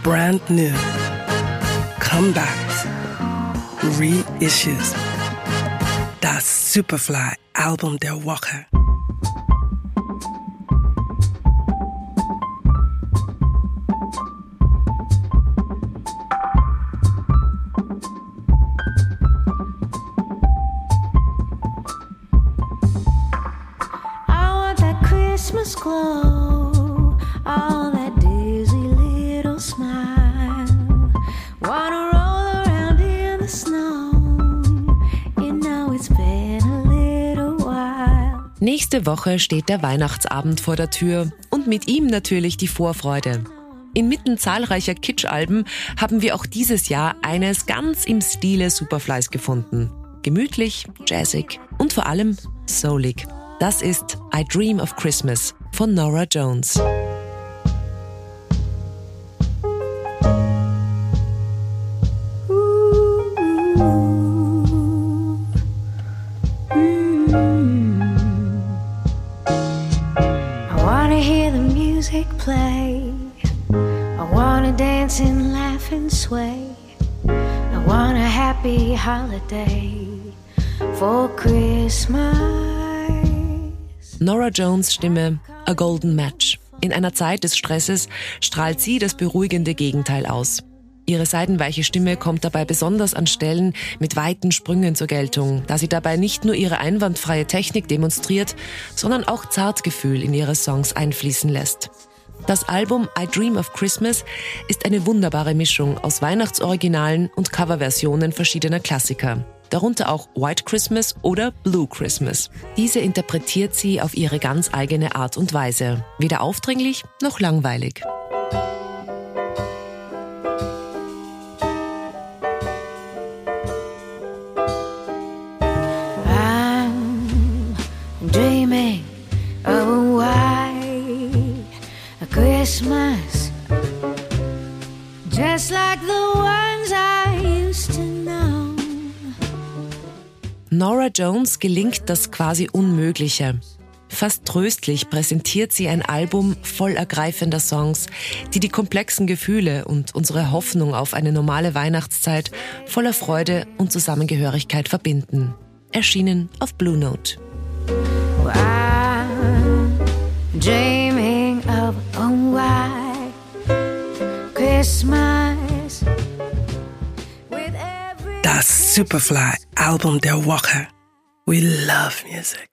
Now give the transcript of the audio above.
brand new, comebacks, reissues. Das Superfly-Album der Woche. Christmas glow, all that dizzy little smile. Wanna roll around in the snow. You know it's been a little while. Nächste Woche steht der Weihnachtsabend vor der Tür und mit ihm natürlich die Vorfreude. Inmitten zahlreicher Kitsch-Alben haben wir auch dieses Jahr eines ganz im Stile Superflys gefunden. Gemütlich, jazzig und vor allem soulig. Das ist I Dream of Christmas von Norah Jones. I wanna hear the music play. I wanna dance and laugh and sway. I want a happy holiday for Christmas. Norah Jones' Stimme, a golden match. In einer Zeit des Stresses strahlt sie das beruhigende Gegenteil aus. Ihre seidenweiche Stimme kommt dabei besonders an Stellen mit weiten Sprüngen zur Geltung, da sie dabei nicht nur ihre einwandfreie Technik demonstriert, sondern auch Zartgefühl in ihre Songs einfließen lässt. Das Album I Dream of Christmas ist eine wunderbare Mischung aus Weihnachtsoriginalen und Coverversionen verschiedener Klassiker. Darunter auch White Christmas oder Blue Christmas. Diese interpretiert sie auf ihre ganz eigene Art und Weise. Weder aufdringlich noch langweilig. I'm dreaming of a white Christmas, just like the ones I used to know. Norah Jones gelingt das quasi Unmögliche. Fast tröstlich präsentiert sie ein Album voll ergreifender Songs, die die komplexen Gefühle und unsere Hoffnung auf eine normale Weihnachtszeit voller Freude und Zusammengehörigkeit verbinden. Erschienen auf Blue Note. I'm dreaming of a white Christmas. Das Superfly-Album der Woche. We love music.